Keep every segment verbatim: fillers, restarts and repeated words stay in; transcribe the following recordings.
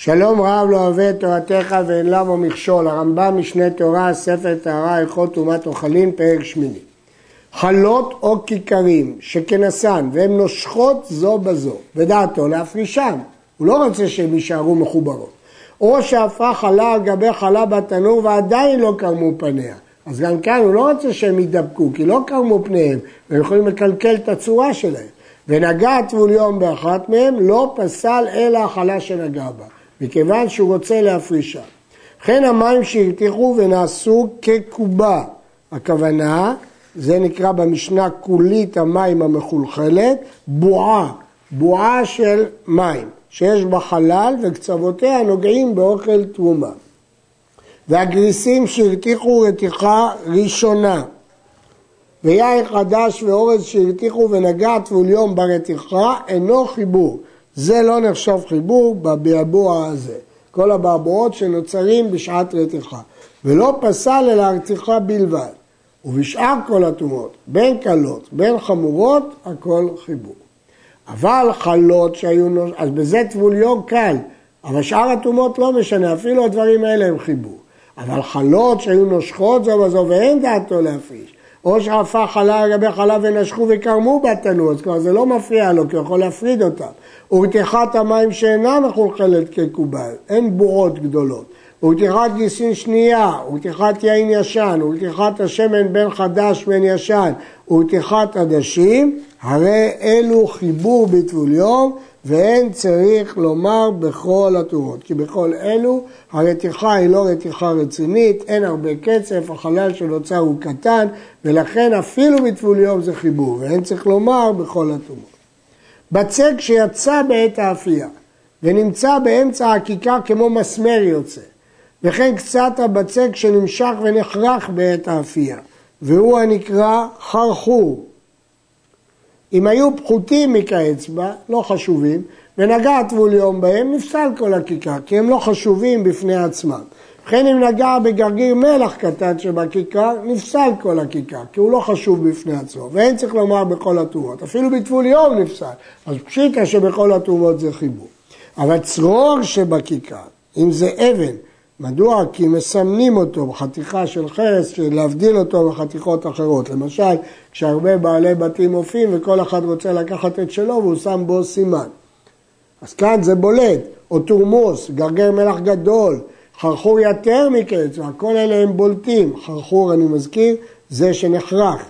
שלום רב לא אוהב את תורתך ואין למה מכשול. הרמב"ם משנה תורה, ספר טהרה, הלכות טומאת אוכלים, פרק שמיני. חלות או כיכרים שכנסן והן נושכות זו בזו, ודעתו להפרישם. הוא לא רוצה שהם יישארו מחוברות. או שהפכה חלה על גבי חלה בתנור ועדיין לא קרמו פניה. אז גם כאן הוא לא רוצה שהם ידבקו, כי לא קרמו פניהם, והם יכולים לקלקל את הצורה שלהם. ונגע טבול יום באחת מהם, לא פסל אלא החלה שנגע בה, מכיוון שהוא רוצה להפרישה. לכן המים שהרתיחו ונעשו כקובה. הכוונה, זה נקרא במשנה כולית המים המחולחלת, בועה, בועה של מים, שיש בה חלל וקצוותיה נוגעים באוכל תרומה. והגריסים שהרתיחו רתיחה ראשונה, ויין חדש ואורז שהרתיחו ונגע טבול יום ברתיחה, אינו חיבור. זה לא נחשב חיבור בביעבוע הזה. כל הבעבועות שנוצרים בשעת רתיחה. ולא פסל אלא הרתיחה בלבד. ובשאר כל התומות, בין קלות, בין חמורות, הכל חיבור. אבל חלות שהיו נושכות, אז בזה טבול יום קל, אבל שאר התומות לא משנה, אפילו הדברים האלה הם חיבור. אבל חלות שהיו נושכות זו בזו ואין דעתו להפריש. או שהפך חלה על גבי חלה ונשכו וקרמו בתנור, אז כבר זה לא מפריע לו, כי הוא יכול להפריד אותם. ורתיחת המים שאינה מחולחלת כקובה, אין בועות גדולות. ורתיחת גיסין שנייה, ורתיחת יין ישן, ורתיחת השמן בין חדש בין ישן, ורתיחת עדשים, הרי אלו חיבור בטבול יום, ואין צריך לומר בכל התומות. כי בכל אלו הרתיחה היא לא רתיחה רצינית, אין הרבה קצף, החלל שנוצר הוא קטן, ולכן אפילו בטבול יום זה חיבור, ואין צריך לומר בכל התומות. בצק שיצא בעת האפייה, ונמצא באמצע הכיכר כמו מסמר יוצא, וכן קצת הבצק שנמשך ונחרח בעת האפייה, והוא הנקרא חרחור. אם היו פחותים מכאצבע, לא חשובים, ונגע טבול יום בהם, נפסל כל הכיכר, כי הם לא חשובים בפני עצמם. וכן אם נגע בגרגיר מלח קטן שבכיכר, נפסל כל הכיכר, כי הוא לא חשוב בפני עצמו, ואין צריך לומר בכל התומות. אפילו בטבול יום נפסל, אז פשיטה שבכל התומות זה חיבור. אבל צרור שבכיכר, אם זה אבן, מדוע? כי מסמנים אותו בחתיכה של חרס, להבדיל אותו בחתיכות אחרות. למשל, כשהרבה בעלי בתים מופיעים וכל אחד רוצה לקחת את שלו והוא שם בו סימן. אז כאן זה בולט, או תורמוס, גרגר מלח גדול, חרחור יותר מקץ, הכל אלה הם בולטים. חרחור, אני מזכיר, זה שנחרח.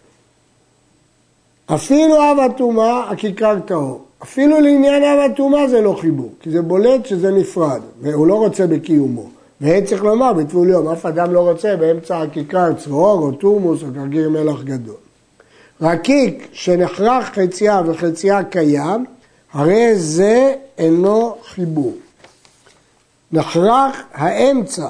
אפילו אב הטומאה, הכיכר טהור. אפילו לעניין אב הטומאה זה לא חיבור, כי זה בולט שזה נפרד, והוא לא רוצה בקיומו. ואין צריך לומר בטבול יום, אף אדם לא רוצה באמצע הכיכר צרור או תורמוס או גרגיר מלח גדול. רקיק שנחרח חציה וחציה קיים, הרי זה אינו חיבור. נחרח האמצע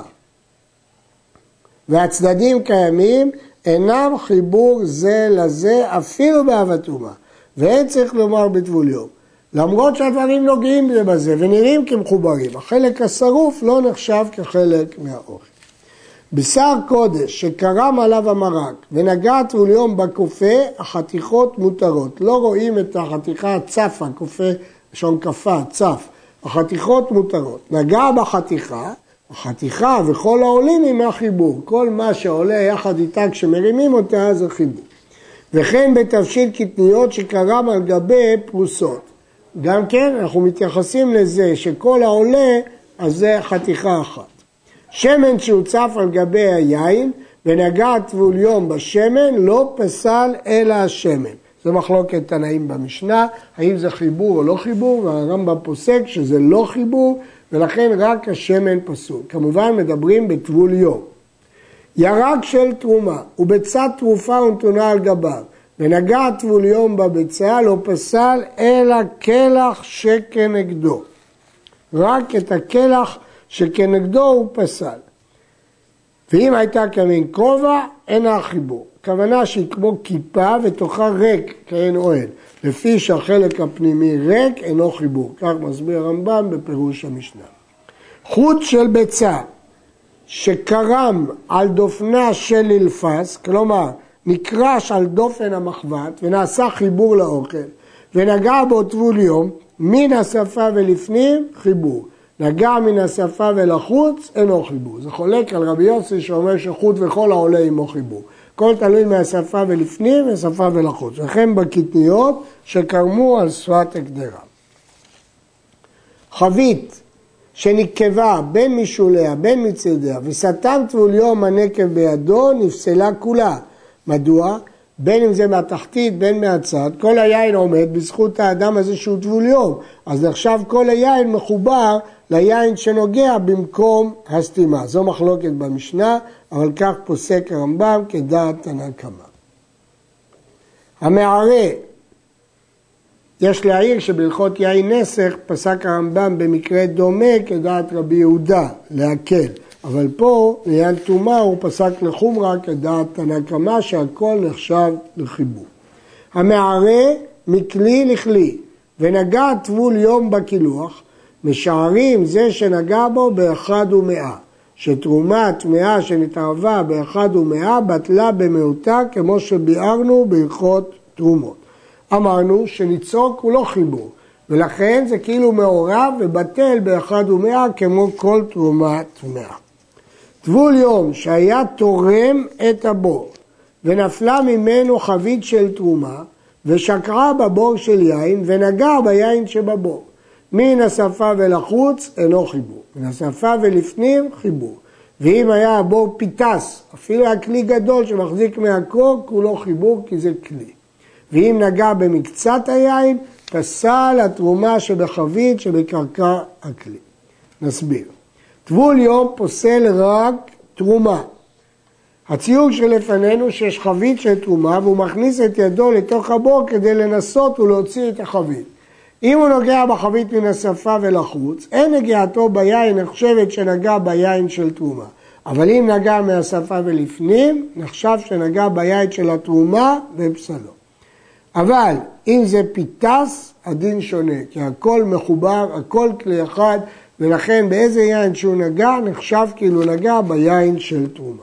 והצדדים קיימים, אינם חיבור זה לזה אפילו באב הטומאה. ואין צריך לומר בטבול יום. למרות שהדברים נוגעים בזה ונראים כמחוברים, החלק השרוף לא נחשב כחלק מהאוכל. בשר קודש שקרם עליו המרק ונגע טבול יום בקופה, החתיכות מותרות. לא רואים את החתיכה הצפה, קופה, לשון כפה, צף. החתיכות מותרות. נגע בחתיכה, החתיכה וכל העולים עם החיבור. כל מה שעולה יחד איתה כשמרימים אותה זה חיבור. וכן בתבשיל קטניות שקרם על גבי פרוסות. גם כן אנחנו מתייחסים לזה שכל העולה, אז זה חתיכה אחת. שמן שהוצף על גבי היין ונגע טבול יום בשמן, לא פסל אלא השמן. זה מחלוקת תנאים במשנה, האם זה חיבור או לא חיבור, והרמב"ם פוסק שזה לא חיבור, ולכן רק השמן פסול. כמובן מדברים בטבול יום. ירק של תרומה וביצת תרופה ונתונה על גביו, ונגע טבול יום בביצה, לא פסל אלא כלח שכנגדו. רק את הכלח שכנגדו הוא פסל. ואם הייתה כמין כובע, אינה החיבור. הכוונה שהיא כמו כיפה ותוכה ריק, כאין אוהל. לפי שהחלק הפנימי ריק, אינו חיבור. כך מסביר הרמב"ם בפירוש המשנה. חוט של ביצה שקרם על דופנה של אלפס, כלומר, נקרש על דופן המחבת ונעשה חיבור לאוכל, ונגע בו טבול יום, מן השפה ולפנים חיבור. נגע מן השפה ולחוץ, אינו חיבור. זה חולק על רבי יוסי שאומר שחוט וכל העולה עמו חיבור. כל תלוי מהשפה ולפנים ושפה ולחוץ. וכן בקטניות שקרמו על שפת הקדרה. חבית שנקבה בין משוליה בין מצדיה וסתם טבול יום הנקב בידו נפסלה כולה. מדוע? בין אם זה מהתחתית בין מהצד, כל היין עומד בזכות האדם הזה שהוא טבול יום. אז עכשיו כל היין מחובר ליין שנוגע במקום הסתימה. זו מחלוקת במשנה, אבל כך פוסק הרמב"ם כדעת תנא קמא. המערה, יש להעיר שבהלכות יין נסך פסק הרמב"ם במקרה דומה כדעת רבי יהודה, להקל. אבל פה, לעניין טומאה, הוא פסק לחומרה כדעת תנא קמא שהכל נחשב לחיבור. המערה מכלי לכלי, ונגע טבול יום בקילוח, משערים זה שנגע בו באחד ומאה, שתרומה טמאה שנתערבה באחד ומאה בטלה במאותה כמו שביארנו בהלכות תרומות. אמרנו שניצוק הוא לא חיבור, ולכן זה כאילו מעורב ובטל באחד ומאה כמו כל תרומה טמאה. טבול יום שהיה תורם את הבור ונפלה ממנו חבית של תרומה ושקעה בבור של יין ונגע ביין שבבור. מן השפה ולחוץ אינו חיבור, מן השפה ולפנים חיבור. ואם היה הבור פיתס, אפילו הכלי גדול שמחזיק מהקור, כולו חיבור כי זה כלי. ואם נגע במקצת היין, פסל התרומה שבחבית שבקרקע הכלי. נסביר. טבול יום פוסל רק תרומה. הציור שלפנינו שיש חבית של תרומה והוא מכניס את ידו לתוך הבור כדי לנסות ולהוציא את החבית. אם הוא נוגע בחבית מן השפה ולחוץ, אין נגיעתו ביין נחשבת שנגע ביין של תרומה. אבל אם נגע מהשפה ולפנים, נחשב שנגע ביין של התרומה ופסלו. אבל אם זה פיתס, הדין שונה, כי הכל מחובר, הכל כלי אחד, ולכן באיזה יין שהוא נגע, נחשב כאילו נגע ביין של תרומה.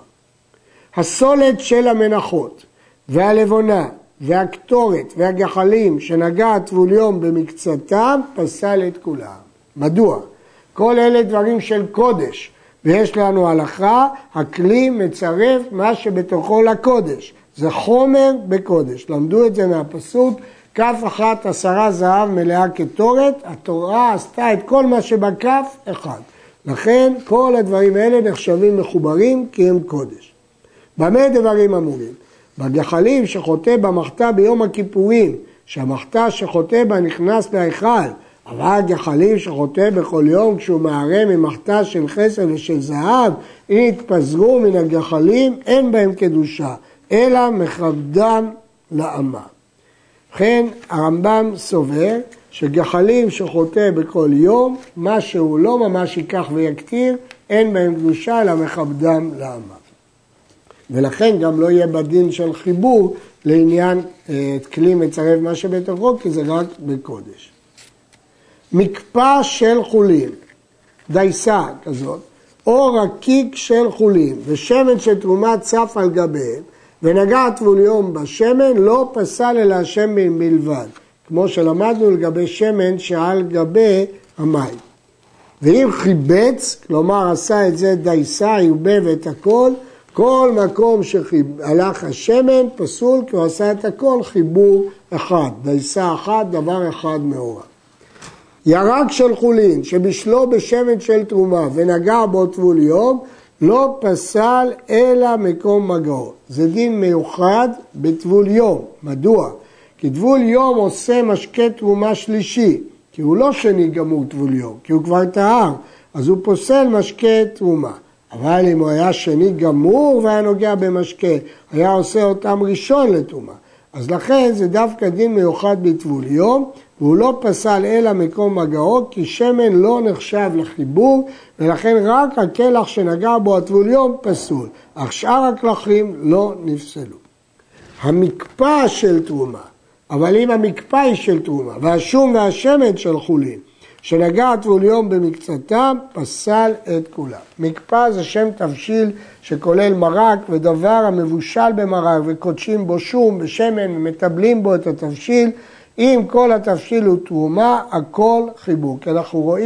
הסולת של המנחות והלבונה והקטורת והגחלים שנגע טבול יום במקצתם, פסל את כולם. מדוע? כל אלה דברים של קודש, ויש לנו הלכה, הכלי מצרף מה שבתוכו לקודש. זה חומר בקודש. למדו את זה מהפסוק, כף אחת עשרה זהב מלאה קטורת, התורה עשתה את כל מה שבכף אחד. לכן כל הדברים האלה נחשבים מחוברים כי הם קודש. במה דברים אמורים? בגחלים שחוטא במחתה ביום הכיפורים, שהמחתה שחוטא בה נכנס להיכל, אבל גחלים שחוטא בכל יום כשהוא מערה ממחתה של חסד ושל זהב, אם יתפזרו מן הגחלים אין בהם קדושה, אלא מכבדם לאמה. לכן הרמב"ם סובר שגחלים שחוטא בכל יום, מה שהוא לא ממש ייקח ויקטיר, אין בהם קדושה אלא מכבדם לאמה. ולכן גם לא יהיה בדין של חיבור לעניין את כלי מצרף מה שבתוכו, כי זה רק בקודש. מקפא של חולין, דייסה כזאת, או רקיק של חולין, ושמן של תרומה צף על גביהם, ונגע טבול יום בשמן, לא פסל אלא השמן בלבד, כמו שלמדנו לגבי שמן שעל גבי המים. ואם חיבץ, כלומר עשה את זה דייסה, ערבב את הכל, כל מקום שהלך השמן פסול, כי הוא עשה את הכל חיבור אחד, דייסה אחת, דבר אחד מעורב. ירק של חולין, שבשלו בשמן של תרומה ונגע בו טבול יום, לא פסל אלא מקום מגעו. זה דין מיוחד בטבול יום. מדוע? כי טבול יום עושה משקה תרומה שלישי, כי הוא לא שני גמור טבול יום, כי הוא כבר טהר, אז הוא פוסל משקה תרומה. אבל אם הוא היה שני גמור והיה נוגע במשקה, היה עושה אותם ראשון לתרומה. אז לכן זה דווקא דין מיוחד בטבול יום, והוא לא פסל אלא מקום מגעו, כי שמן לא נחשב לחיבור, ולכן רק הכלח שנגע בו הטבול יום פסול, אך שאר הכלכים לא נפסלו. המקפא של תרומה, אבל אם המקפא היא של תרומה, והשום והשמן של חולין, שנגע הטבול יום במקצתם, פסל את כולם. מקפא זה שם תבשיל שכולל מרק ודבר המבושל במרק וקודשים בו שום בשמן ומטבלים בו את התבשיל. אם כל התבשיל הוא תרומה, הכל חיבור. כי אנחנו רואים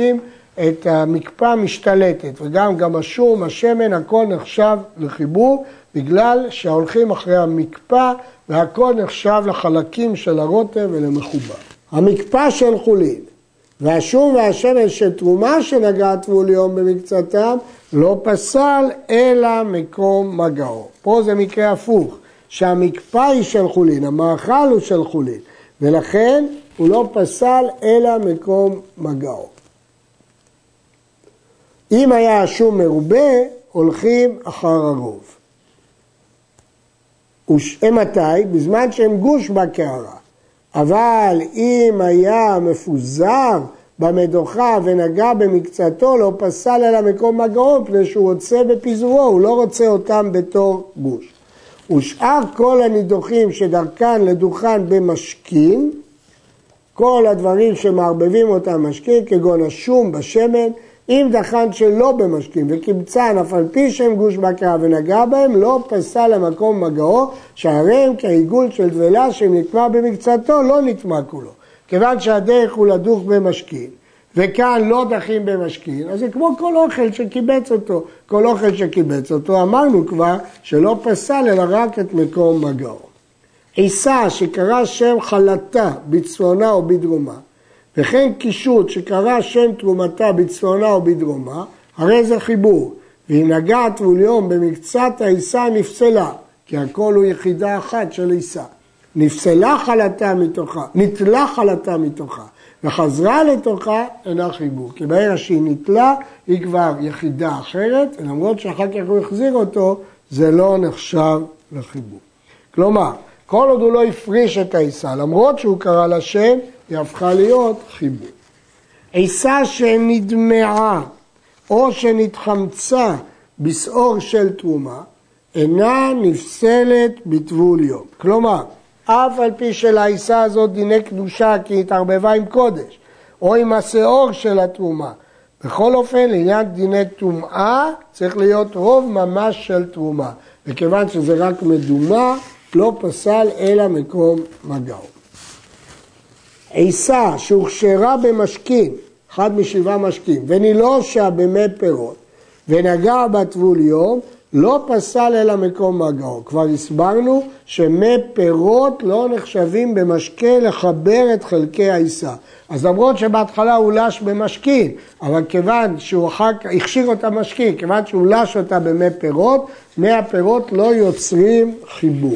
את המקפה משתלטת, וגם גם השום, השמן, הכל נחשב לחיבור, בגלל שהולכים אחרי המקפה, והכל נחשב לחלקים של הרוטב ולמחובר. המקפה של חולין, והשום והשמן של תרומה שנגע טבול יום במקצתם, לא פסל אלא מקום מגעו. פה זה מקרה הפוך, שהמקפה היא של חולין, המאכל הוא של חולין, ולכן הוא לא פסל אלא מקום מגעו. אם היה השום מרובה, הולכים אחר הרוב. ומתי? בזמן שהם גוש בקערה. אבל אם היה מפוזר במדוכה ונגע במקצתו, לא פסל אלא מקום מגעו, פני שהוא רוצה בפיזורו, הוא לא רוצה אותם בתור גוש. ושאר כל הנידוחים שדרכן לדוכן במשכין, כל הדברים שמערבבים אותם משכין, כגון השום בשמן, אם דחן שלא במשכין וקמצן, אף על פי שהם גוש בקעה ונגע בהם, לא פסל למקום מגעו, שהריהם כעיגול של דבלה שאם נטמע במקצתו, לא נטמע כולו. כיוון שהדרך הוא לדוך במשכין, וכאן לא דחים במשכין, אז זה כמו כל אוכל שקיבץ אותו. כל אוכל שקיבץ אותו, אמרנו כבר שלא פסל אלא רק את מקום מגעו. עיסה שקרא שם חלתה בצפונה או בדרומה, וכן קישוט שקרא שם תרומתה בצפונה או בדרומה, הרי זה חיבור. ואם נגע טבול יום במקצת העיסה נפסלה, כי הכל הוא יחידה אחת של עיסה. נפסלה חלתה מתוכה, נטלה חלתה מתוכה, וחזרה לתוכה אינה חיבור. כי ברגע שהיא נטלה, היא כבר יחידה אחרת, למרות שאחר כך הוא החזיר אותו, זה לא נחשב לחיבור. כלומר, כל עוד הוא לא הפריש את העיסה, למרות שהוא קרא לה שם, היא הפכה להיות חיבור. עיסה שנדמעה או שנתחמצה בשעור של תרומה, אינה נפסלת בטבול יום. כלומר, אף על פי שלעיסה הזאת דיני קדושה כי היא התערבבה עם קודש, או עם השעור של התרומה. בכל אופן, לעניין דיני טומאה, צריך להיות רוב ממש של תרומה. וכיוון שזה רק מדומה, לא פסל אלא מקום מגעו. עיסה שהוכשרה במשכין, אחד משבעה משכין, ונילושה במי פירות, ונגע בטבול יום, לא פסל אלא מקום מגעו. כבר הסברנו שמי פירות לא נחשבים במשקה לחבר את חלקי העיסה. אז למרות שבהתחלה הוא לש במשכין, אבל כיוון שהוא אחר כך הכשיר אותה משכין, כיוון שהוא לש אותה במי פירות, מי הפירות לא יוצרים חיבור.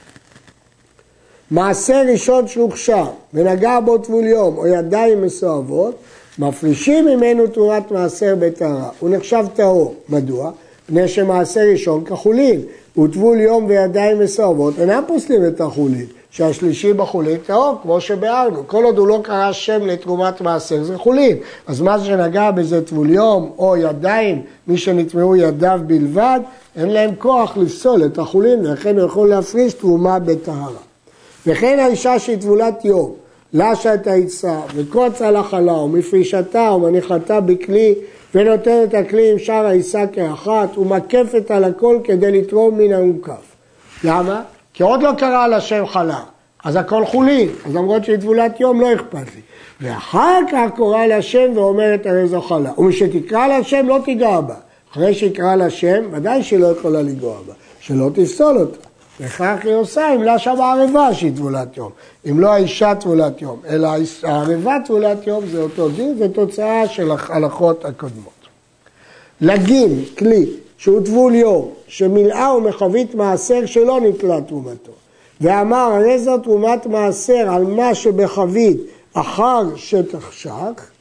מעשה ראשון שהוכשר ונגע בו טבול יום או ידיים מסואבות, מפרישים ממנו תרומת מעשר בטהרה. הוא נחשב טהור. מדוע? פני שמעשר ראשון כחולין, וטבול יום וידיים מסואבות אינם פוסלים את החולין, שהשלישי בחולין טהור, כמו שבארנו. כל עוד הוא לא קרא שם לתרומת מעשר זה חולין. אז מה שנגע בזה טבול יום או ידיים, מי שנטמעו ידיו בלבד, אין להם כוח לפסול את החולין, ולכן הוא יכול להפריש תרומה בטהרה. וכן האישה שהיא טבולת יום, לשה את העיסה וקוצה לחלה ומפרישתה ומניחתה בכלי ונותנת את הכלי עם שאר העיסה כאחת ומקפת על הכל כדי לתרום מן המוקף. למה? כי עוד לא קרא על השם חלה, אז הכל חולין, אז למרות שהיא טבולת יום לא אכפת לי. ואחר כך קורא לה שם ואומרת הרי זו חלה, ומשתקרא לה שם לא תיגע בה. אחרי שיקרא לה שם ודאי שהיא לא יכולה לגוע בה, שלא תפסול אותה. וכך היא עושה אם לה שם הערבה שהיא טבולת יום. אם לא האישה טבולת יום, אלא הערבה טבולת יום זה אותו דין, זה תוצאה של ההלכות הקודמות. לגין, כלי, שהוא טבול יום, שמילאה ומחבית מעשר שלא נטלה תרומתו, ואמר הרי זו תרומת מעשר על מה שבחבית אחר שתחשך,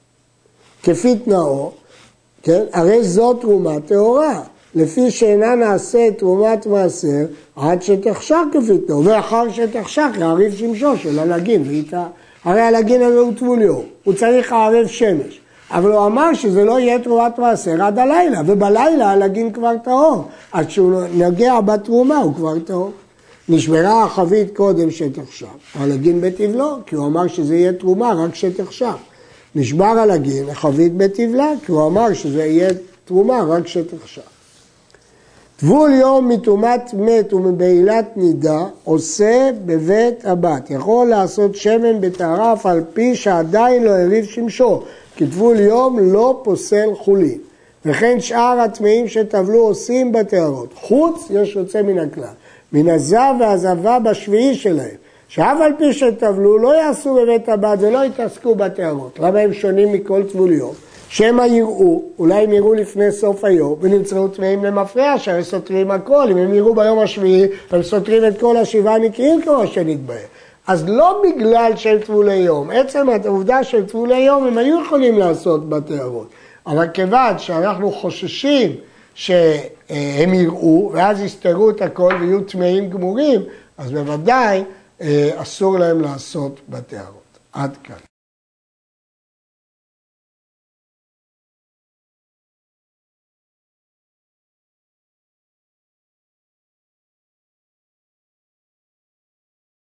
כפי תנאו, כן? הרי זו תרומה טהורה. לפי שאינה נעשה תרומת מעשר עד שתחשך כפיתו, ואחר שתחשך יעריב שמשו של הלגין ואיתה. הרי הלגין הזה הוא טבול יום, הוא צריך לערב שמש, אבל הוא אמר שזה לא יהיה תרומת מעשר עד הלילה, ובלילה הלגין כבר טהור, עד שהוא נגע בתרומה הוא כבר טהור. נשברה החבית קודם שתחשך, הלגין בטבלו, כי הוא אמר שזה יהיה תרומה רק שתחשך. נשבר הלגין החבית בטבלה, כי הוא אמר שזה יהיה תרומה רק שתחשך. טבול יום מטומאת מת ומבעילת נידה עושה בבית הבת. יכול לעשות שמן בטהרה אף על פי שעדיין לא הריב שמשו, כי טבול יום לא פוסל חולין. וכן שאר הטמאים שטבלו עושים בטהרות. חוץ יש יוצא מן הכלל. מן הזב והזבה בשביעי שלהם. שאף על פי שטבלו לא יעשו בבית הבד ולא יתעסקו בטהרות. למה הם שונים מכל טבול יום? שמא יראו, אולי הם יראו לפני סוף היום ונמצאו טמאים למפרע שהרי סותרים הכל. אם הם יראו ביום השביעי הם סותרים את כל השבעה נקיים כמו שנתבהר. אז לא בגלל שהם טבולי יום, עצם העובדה של טבולי יום הם היו יכולים לעשות בטהרות. אבל כיוון שאנחנו חוששים שהם יראו ואז יסתרו את הכל ויהיו טמאים גמורים, אז בוודאי אסור להם לעשות בטהרות. עד כאן.